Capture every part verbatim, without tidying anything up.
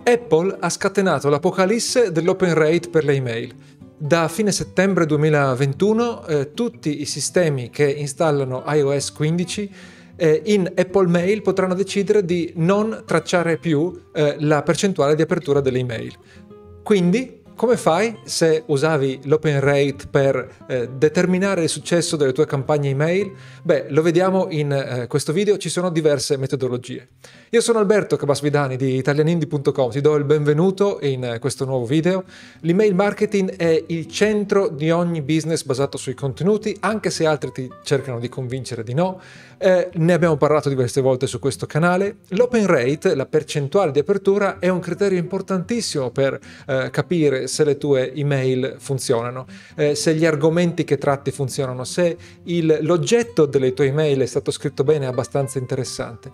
Apple ha scatenato l'apocalisse dell'open rate per le email. Da fine settembre duemilaventuno eh, tutti i sistemi che installano i O S quindici eh, in Apple Mail potranno decidere di non tracciare più eh, la percentuale di apertura delle email. Quindi, come fai se usavi l'open rate per eh, determinare il successo delle tue campagne email? Beh, lo vediamo in eh, questo video, ci sono diverse metodologie. Io sono Alberto Cabasvidani di italianindie punto com, ti do il benvenuto in eh, questo nuovo video. L'email marketing è il centro di ogni business basato sui contenuti, anche se altri ti cercano di convincere di no. Eh, ne abbiamo parlato diverse volte su questo canale. L'open rate, la percentuale di apertura, è un criterio importantissimo per eh, capire se le tue email funzionano, eh, se gli argomenti che tratti funzionano, se il, l'oggetto delle tue email è stato scritto bene, è abbastanza interessante.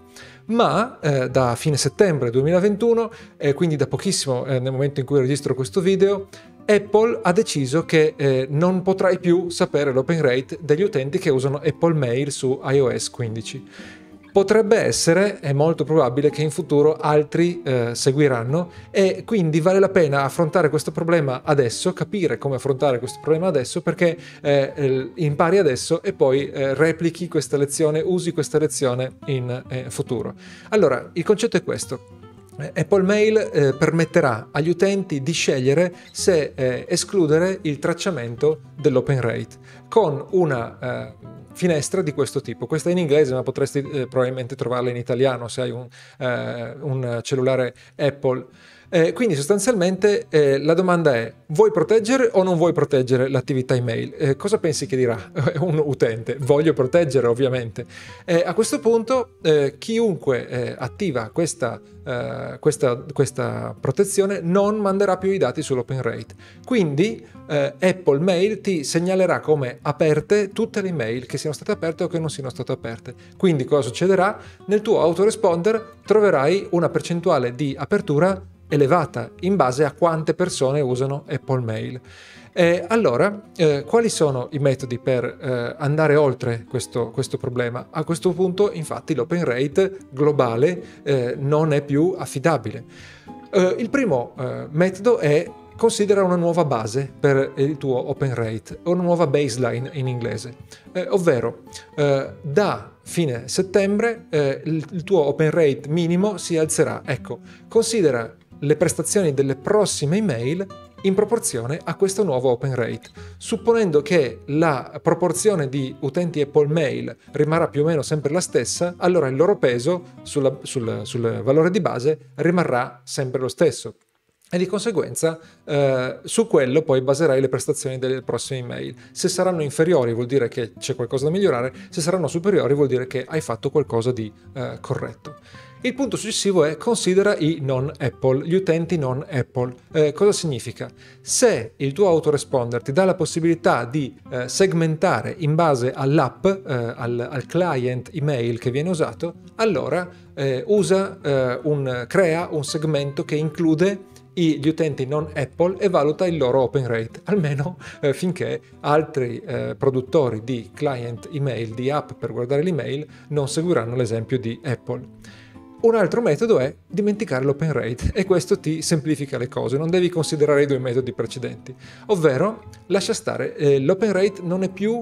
Ma eh, da fine settembre duemilaventuno, eh, quindi da pochissimo eh, nel momento in cui registro questo video, Apple ha deciso che eh, non potrai più sapere l'open rate degli utenti che usano Apple Mail su i O S quindici. Potrebbe essere, è molto probabile che in futuro altri eh, seguiranno, e quindi vale la pena affrontare questo problema adesso, capire come affrontare questo problema adesso, perché eh, impari adesso e poi eh, replichi questa lezione, usi questa lezione in eh, futuro. Allora, il concetto è questo. Apple Mail eh, permetterà agli utenti di scegliere se eh, escludere il tracciamento dell'open rate con una eh, finestra di questo tipo. Questa è in inglese, ma potresti eh, probabilmente trovarla in italiano se hai un, eh, un cellulare Apple. Eh, quindi sostanzialmente eh, la domanda è: vuoi proteggere o non vuoi proteggere l'attività email? Eh, cosa pensi che dirà un utente? Voglio proteggere, ovviamente. Eh, a questo punto eh, chiunque eh, attiva questa, eh, questa, questa protezione non manderà più i dati sull'open rate. Quindi eh, Apple Mail ti segnalerà come aperte tutte le email che siano state aperte o che non siano state aperte. Quindi cosa succederà? Nel tuo autoresponder troverai una percentuale di apertura elevata in base a quante persone usano Apple Mail. E allora, eh, quali sono i metodi per eh, andare oltre questo, questo problema? A questo punto, infatti, l'open rate globale eh, non è più affidabile. Eh, il primo eh, metodo è: considera una nuova base per il tuo open rate, una nuova baseline in inglese, eh, ovvero eh, da fine settembre eh, il, il tuo open rate minimo si alzerà. Ecco, considera le prestazioni delle prossime email in proporzione a questo nuovo open rate. Supponendo che la proporzione di utenti Apple Mail rimarrà più o meno sempre la stessa, allora il loro peso sulla, sul, sul valore di base rimarrà sempre lo stesso. E di conseguenza eh, su quello poi baserai le prestazioni delle prossime email. Se saranno inferiori vuol dire che c'è qualcosa da migliorare, se saranno superiori vuol dire che hai fatto qualcosa di eh, corretto. Il punto successivo è: considera i non Apple, gli utenti non Apple. Eh, cosa significa? Se il tuo autoresponder ti dà la possibilità di eh, segmentare in base all'app, eh, al, al client email che viene usato, allora eh, usa eh, un, crea un segmento che include gli utenti non Apple e valuta il loro open rate, almeno eh, finché altri eh, produttori di client email, di app per guardare l'email, non seguiranno l'esempio di Apple. Un altro metodo è dimenticare l'open rate, e questo ti semplifica le cose, non devi considerare i due metodi precedenti, ovvero lascia stare, eh, l'open rate non è più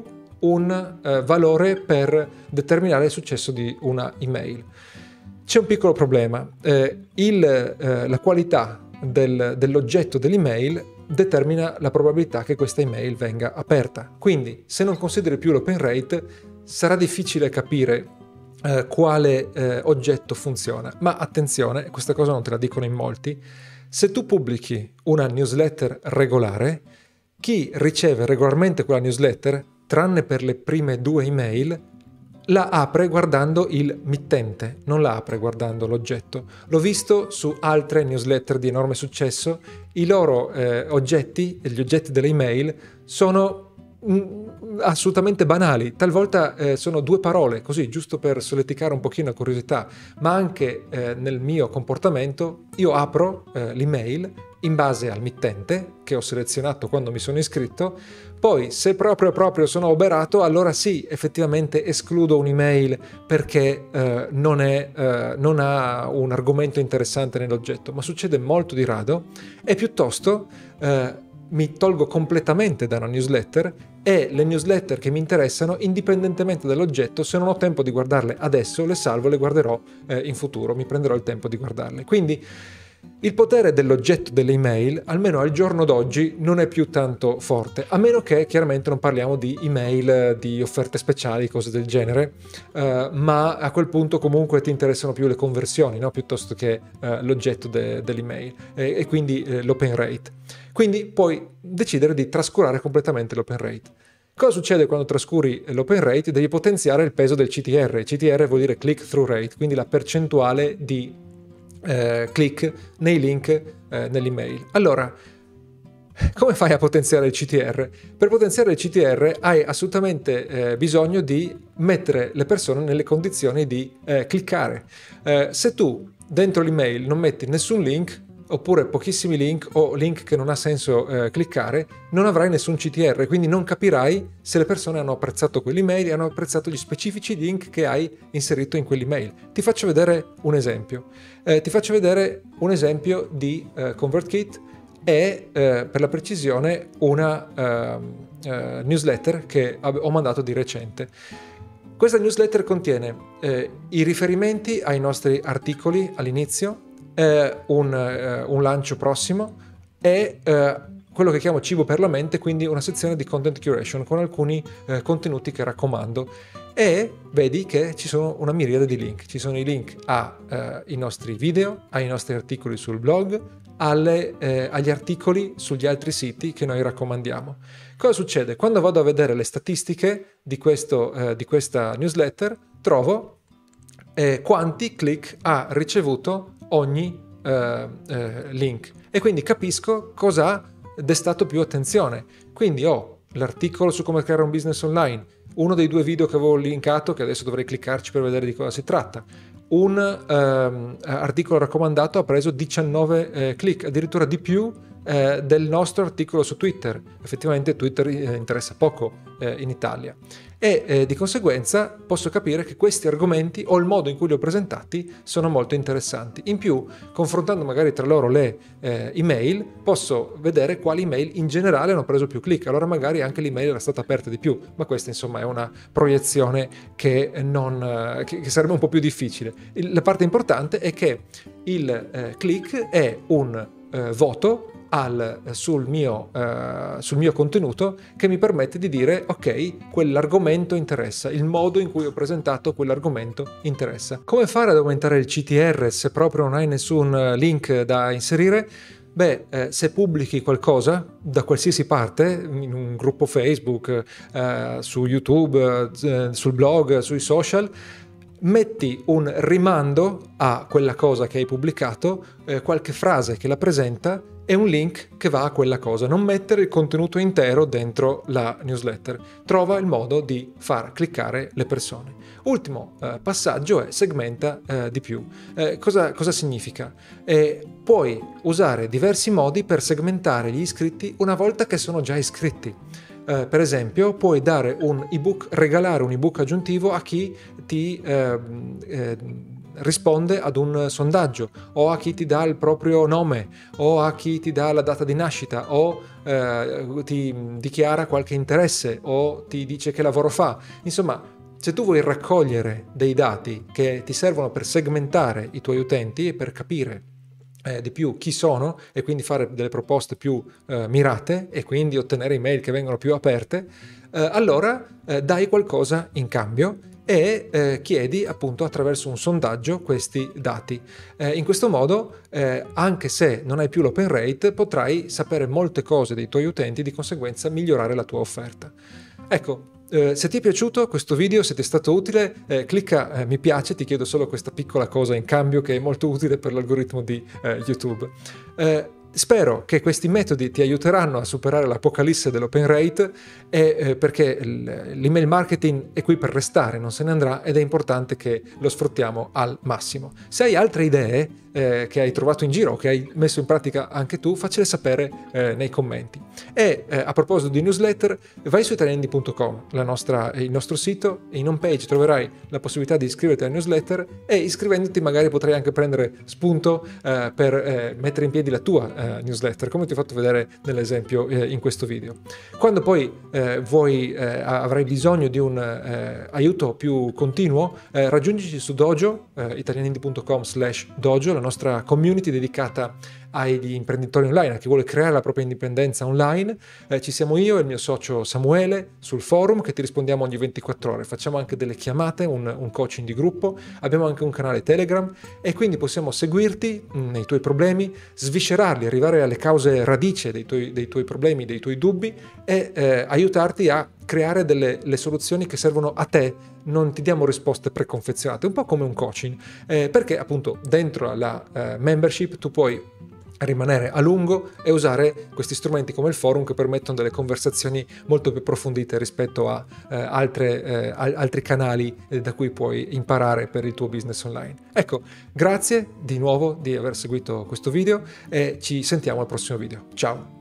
un eh, valore per determinare il successo di una email. C'è un piccolo problema: eh, il, eh, la qualità del, dell'oggetto dell'email determina la probabilità che questa email venga aperta. Quindi, se non consideri più l'open rate, sarà difficile capire eh, quale eh, oggetto funziona. Ma attenzione, questa cosa non te la dicono in molti: se tu pubblichi una newsletter regolare, chi riceve regolarmente quella newsletter, tranne per le prime due email, la apre guardando il mittente, non la apre guardando l'oggetto. L'ho visto su altre newsletter di enorme successo. I loro eh, oggetti, gli oggetti delle email, sono mh, assolutamente banali. Talvolta eh, sono due parole, così, giusto per solleticare un pochino la curiosità. Ma anche eh, nel mio comportamento, io apro eh, l'email, in base al mittente che ho selezionato quando mi sono iscritto. Poi, se proprio proprio sono oberato, allora sì, effettivamente escludo un'email perché eh, non, è, eh, non ha un argomento interessante nell'oggetto, ma succede molto di rado, e piuttosto eh, mi tolgo completamente da una newsletter, e le newsletter che mi interessano, indipendentemente dall'oggetto, se non ho tempo di guardarle adesso, le salvo, le guarderò eh, in futuro, mi prenderò il tempo di guardarle. Quindi il potere dell'oggetto delle email, almeno al giorno d'oggi, non è più tanto forte, a meno che chiaramente non parliamo di email, di offerte speciali, cose del genere, eh, ma a quel punto comunque ti interessano più le conversioni, no? Piuttosto che eh, l'oggetto de- dell'email, e, e quindi eh, l'open rate. Quindi puoi decidere di trascurare completamente l'open rate. Cosa succede quando trascuri l'open rate? Devi potenziare il peso del C T R. C T R vuol dire click-through rate, quindi la percentuale di Eh, click nei link eh, nell'email. Allora, come fai a potenziare il C T R? Per potenziare il C T R hai assolutamente eh, bisogno di mettere le persone nelle condizioni di eh, cliccare. Eh, se tu dentro l'email non metti nessun link, oppure pochissimi link o link che non ha senso eh, cliccare, non avrai nessun C T R, quindi non capirai se le persone hanno apprezzato quell'email e hanno apprezzato gli specifici link che hai inserito in quell'email. Ti faccio vedere un esempio. Eh, ti faccio vedere un esempio di eh, ConvertKit e eh, per la precisione una eh, eh, newsletter che ho mandato di recente. Questa newsletter contiene eh, i riferimenti ai nostri articoli all'inizio, eh, un, eh, un lancio prossimo e eh, quello che chiamo cibo per la mente, quindi una sezione di content curation con alcuni eh, contenuti che raccomando. E vedi che ci sono una miriade di link. Ci sono i link ai eh, nostri video, ai nostri articoli sul blog, alle, eh, agli articoli sugli altri siti che noi raccomandiamo. Cosa succede? Quando vado a vedere le statistiche di, questo, eh, di questa newsletter, trovo eh, quanti click ha ricevuto ogni eh, eh, link, e quindi capisco cosa ha destato più attenzione. Quindi ho l'articolo su come creare un business online, uno dei due video che avevo linkato, che adesso dovrei cliccarci per vedere di cosa si tratta. Un ehm, articolo raccomandato ha preso diciannove eh, click, addirittura di più eh, del nostro articolo su Twitter. Effettivamente Twitter eh, interessa poco eh, in Italia. E eh, di conseguenza posso capire che questi argomenti o il modo in cui li ho presentati sono molto interessanti. In più, confrontando magari tra loro le eh, email, posso vedere quali email in generale hanno preso più click. Allora magari anche l'email era stata aperta di più, ma questa insomma è una proiezione che, non, che, che sarebbe un po' più difficile. Il, la parte importante è che il eh, click è un eh, voto Al, sul, mio, uh, sul mio contenuto, che mi permette di dire ok, quell'argomento interessa, il modo in cui ho presentato quell'argomento interessa. Come fare ad aumentare il C T R se proprio non hai nessun link da inserire? Beh, eh, se pubblichi qualcosa da qualsiasi parte, in un gruppo Facebook, eh, su YouTube, eh, sul blog, sui social, metti un rimando a quella cosa che hai pubblicato, eh, qualche frase che la presenta e un link che va a quella cosa. Non mettere il contenuto intero dentro la newsletter. Trova il modo di far cliccare le persone. Ultimo eh, passaggio è segmenta eh, di più. Eh, cosa, cosa significa? Eh, puoi usare diversi modi per segmentare gli iscritti una volta che sono già iscritti. Uh, per esempio, puoi dare un ebook, regalare un ebook aggiuntivo a chi ti eh, eh, risponde ad un sondaggio, o a chi ti dà il proprio nome, o a chi ti dà la data di nascita, o eh, ti dichiara qualche interesse, o ti dice che lavoro fa. Insomma, se tu vuoi raccogliere dei dati che ti servono per segmentare i tuoi utenti e per capire Eh, di più chi sono, e quindi fare delle proposte più eh, mirate e quindi ottenere email che vengono più aperte, eh, allora eh, dai qualcosa in cambio e eh, chiedi appunto attraverso un sondaggio questi dati. Eh, in questo modo, eh, anche se non hai più l'open rate, potrai sapere molte cose dei tuoi utenti e di conseguenza migliorare la tua offerta. Ecco, Eh, se ti è piaciuto questo video, se ti è stato utile, eh, clicca eh, mi piace, ti chiedo solo questa piccola cosa in cambio che è molto utile per l'algoritmo di eh, YouTube. Eh, Spero che questi metodi ti aiuteranno a superare l'apocalisse dell'open rate, e, eh, perché l'email marketing è qui per restare, non se ne andrà, ed è importante che lo sfruttiamo al massimo. Se hai altre idee eh, che hai trovato in giro o che hai messo in pratica anche tu, faccele sapere eh, nei commenti. E eh, a proposito di newsletter, vai su italianindi punto com, la nostra, il nostro sito, e in home page troverai la possibilità di iscriverti alla newsletter, e iscrivendoti magari potrai anche prendere spunto eh, per eh, mettere in piedi la tua eh, newsletter, come ti ho fatto vedere nell'esempio eh, in questo video. Quando poi eh, vuoi, eh, avrai bisogno di un eh, aiuto più continuo, eh, raggiungici su Dojo, eh, italianindi punto com slash dojo, la nostra community dedicata agli imprenditori online, a chi vuole creare la propria indipendenza online. Eh, ci siamo io e il mio socio Samuele sul forum, che ti rispondiamo ogni ventiquattro ore, facciamo anche delle chiamate, un, un coaching di gruppo, abbiamo anche un canale Telegram, e quindi possiamo seguirti mh, nei tuoi problemi, sviscerarli, arrivare alle cause radice dei tuoi, dei tuoi problemi, dei tuoi dubbi, e eh, aiutarti a creare delle le soluzioni che servono a te. Non ti diamo risposte preconfezionate, un po' come un coaching, eh, perché appunto dentro la eh, membership tu puoi rimanere a lungo e usare questi strumenti come il forum, che permettono delle conversazioni molto più approfondite rispetto a eh, altre, eh, altri canali eh, da cui puoi imparare per il tuo business online. Ecco, grazie di nuovo di aver seguito questo video, e ci sentiamo al prossimo video. Ciao!